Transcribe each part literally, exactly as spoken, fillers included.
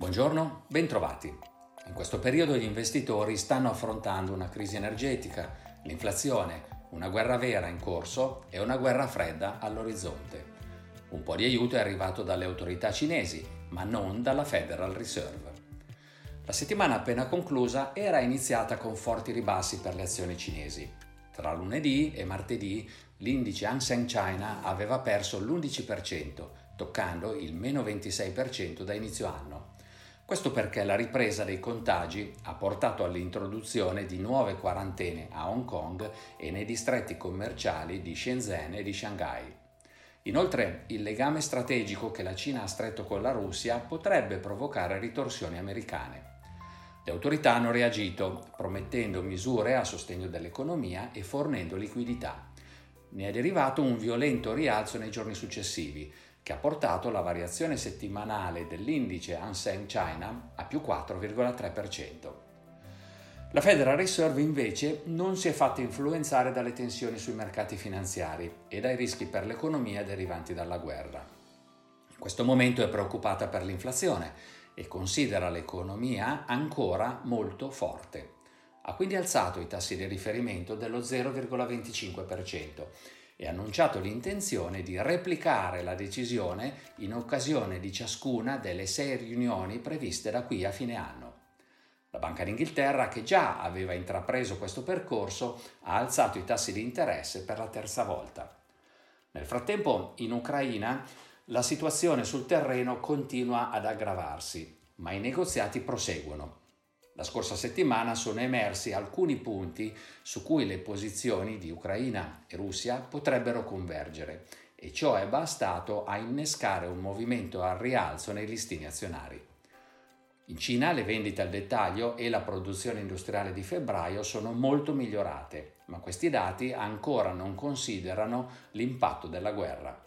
Buongiorno, bentrovati. In questo periodo gli investitori stanno affrontando una crisi energetica, l'inflazione, una guerra vera in corso e una guerra fredda all'orizzonte. Un po' di aiuto è arrivato dalle autorità cinesi, ma non dalla Federal Reserve. La settimana appena conclusa era iniziata con forti ribassi per le azioni cinesi. Tra lunedì e martedì l'indice Hang Seng China aveva perso l'undici per cento, toccando il meno ventisei per cento da inizio anno. Questo perché la ripresa dei contagi ha portato all'introduzione di nuove quarantene a Hong Kong e nei distretti commerciali di Shenzhen e di Shanghai. Inoltre, il legame strategico che la Cina ha stretto con la Russia potrebbe provocare ritorsioni americane. Le autorità hanno reagito, promettendo misure a sostegno dell'economia e fornendo liquidità. Ne è derivato un violento rialzo nei giorni successivi, che ha portato la variazione settimanale dell'indice Hang Seng China a più quattro virgola tre per cento. La Federal Reserve invece non si è fatta influenzare dalle tensioni sui mercati finanziari e dai rischi per l'economia derivanti dalla guerra. In questo momento è preoccupata per l'inflazione e considera l'economia ancora molto forte. Ha quindi alzato i tassi di riferimento dello zero virgola venticinque per cento e ha annunciato l'intenzione di replicare la decisione in occasione di ciascuna delle sei riunioni previste da qui a fine anno. La Banca d'Inghilterra, che già aveva intrapreso questo percorso, ha alzato i tassi di interesse per la terza volta. Nel frattempo, in Ucraina, la situazione sul terreno continua ad aggravarsi, ma i negoziati proseguono. La scorsa settimana sono emersi alcuni punti su cui le posizioni di Ucraina e Russia potrebbero convergere e ciò è bastato a innescare un movimento al rialzo nei listini azionari. In Cina le vendite al dettaglio e la produzione industriale di febbraio sono molto migliorate, ma questi dati ancora non considerano l'impatto della guerra.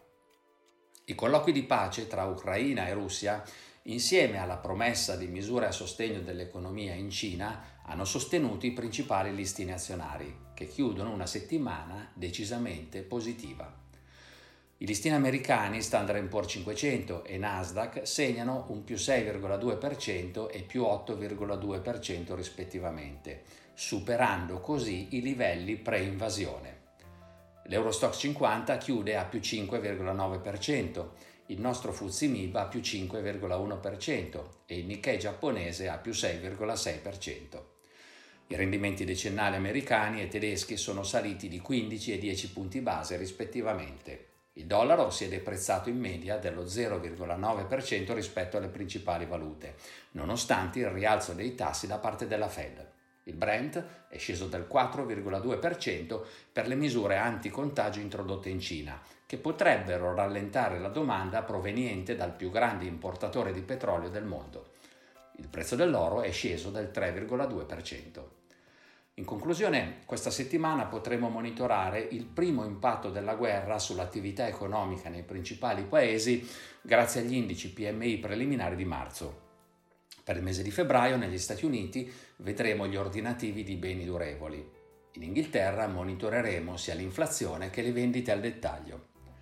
I colloqui di pace tra Ucraina e Russia, insieme alla promessa di misure a sostegno dell'economia in Cina, hanno sostenuto i principali listini azionari, che chiudono una settimana decisamente positiva. I listini americani Standard and Poor's cinquecento e Nasdaq segnano un più sei virgola due per cento e più otto virgola due per cento rispettivamente, superando così i livelli pre-invasione. L'Eurostoxx cinquanta chiude a più cinque virgola nove per cento, il nostro F T S E M I B a più cinque virgola uno per cento e il Nikkei giapponese a più sei virgola sei per cento. I rendimenti decennali americani e tedeschi sono saliti di quindici e dieci punti base rispettivamente. Il dollaro si è deprezzato in media dello zero virgola nove per cento rispetto alle principali valute, nonostante il rialzo dei tassi da parte della Fed. Il Brent è sceso del quattro virgola due per cento per le misure anticontagio introdotte in Cina, che potrebbero rallentare la domanda proveniente dal più grande importatore di petrolio del mondo. Il prezzo dell'oro è sceso del tre virgola due per cento. In conclusione, questa settimana potremo monitorare il primo impatto della guerra sull'attività economica nei principali paesi grazie agli indici P M I preliminari di marzo. Per il mese di febbraio negli Stati Uniti vedremo gli ordinativi di beni durevoli. In Inghilterra monitoreremo sia l'inflazione che le vendite al dettaglio.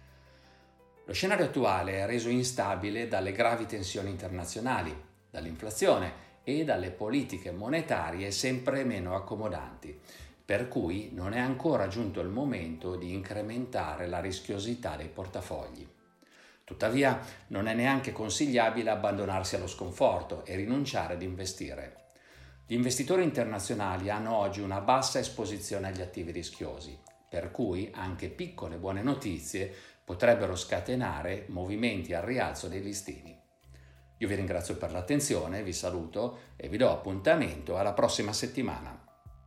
Lo scenario attuale è reso instabile dalle gravi tensioni internazionali, dall'inflazione e dalle politiche monetarie sempre meno accomodanti, per cui non è ancora giunto il momento di incrementare la rischiosità dei portafogli. Tuttavia, non è neanche consigliabile abbandonarsi allo sconforto e rinunciare ad investire. Gli investitori internazionali hanno oggi una bassa esposizione agli attivi rischiosi, per cui anche piccole buone notizie potrebbero scatenare movimenti al rialzo dei listini. Io vi ringrazio per l'attenzione, vi saluto e vi do appuntamento alla prossima settimana.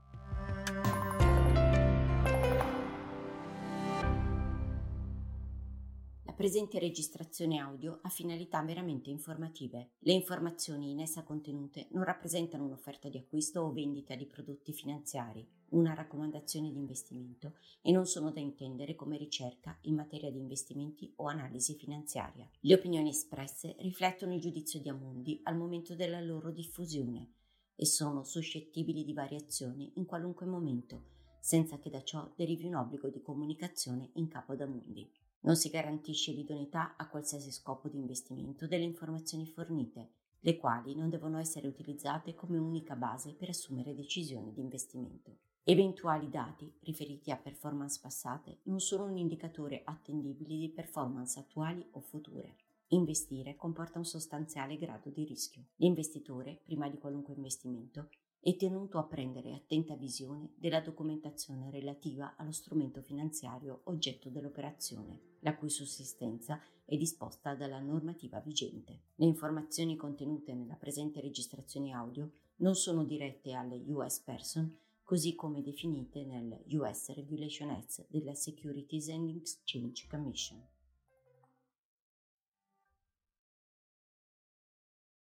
La presente registrazione audio ha finalità meramente informative. Le informazioni in essa contenute non rappresentano un'offerta di acquisto o vendita di prodotti finanziari, una raccomandazione di investimento e non sono da intendere come ricerca in materia di investimenti o analisi finanziaria. Le opinioni espresse riflettono il giudizio di Amundi al momento della loro diffusione e sono suscettibili di variazioni in qualunque momento, senza che da ciò derivi un obbligo di comunicazione in capo ad Amundi. Non si garantisce l'idoneità a qualsiasi scopo di investimento delle informazioni fornite le quali non devono essere utilizzate come unica base per assumere decisioni di investimento. Eventuali dati riferiti a performance passate non sono un indicatore attendibile di performance attuali o future. Investire comporta un sostanziale grado di rischio. L'investitore, prima di qualunque investimento, è tenuto a prendere attenta visione della documentazione relativa allo strumento finanziario oggetto dell'operazione, la cui sussistenza è disposta dalla normativa vigente. Le informazioni contenute nella presente registrazione audio non sono dirette alle U S Person, così come definite nel U S Regulation Act della Securities and Exchange Commission.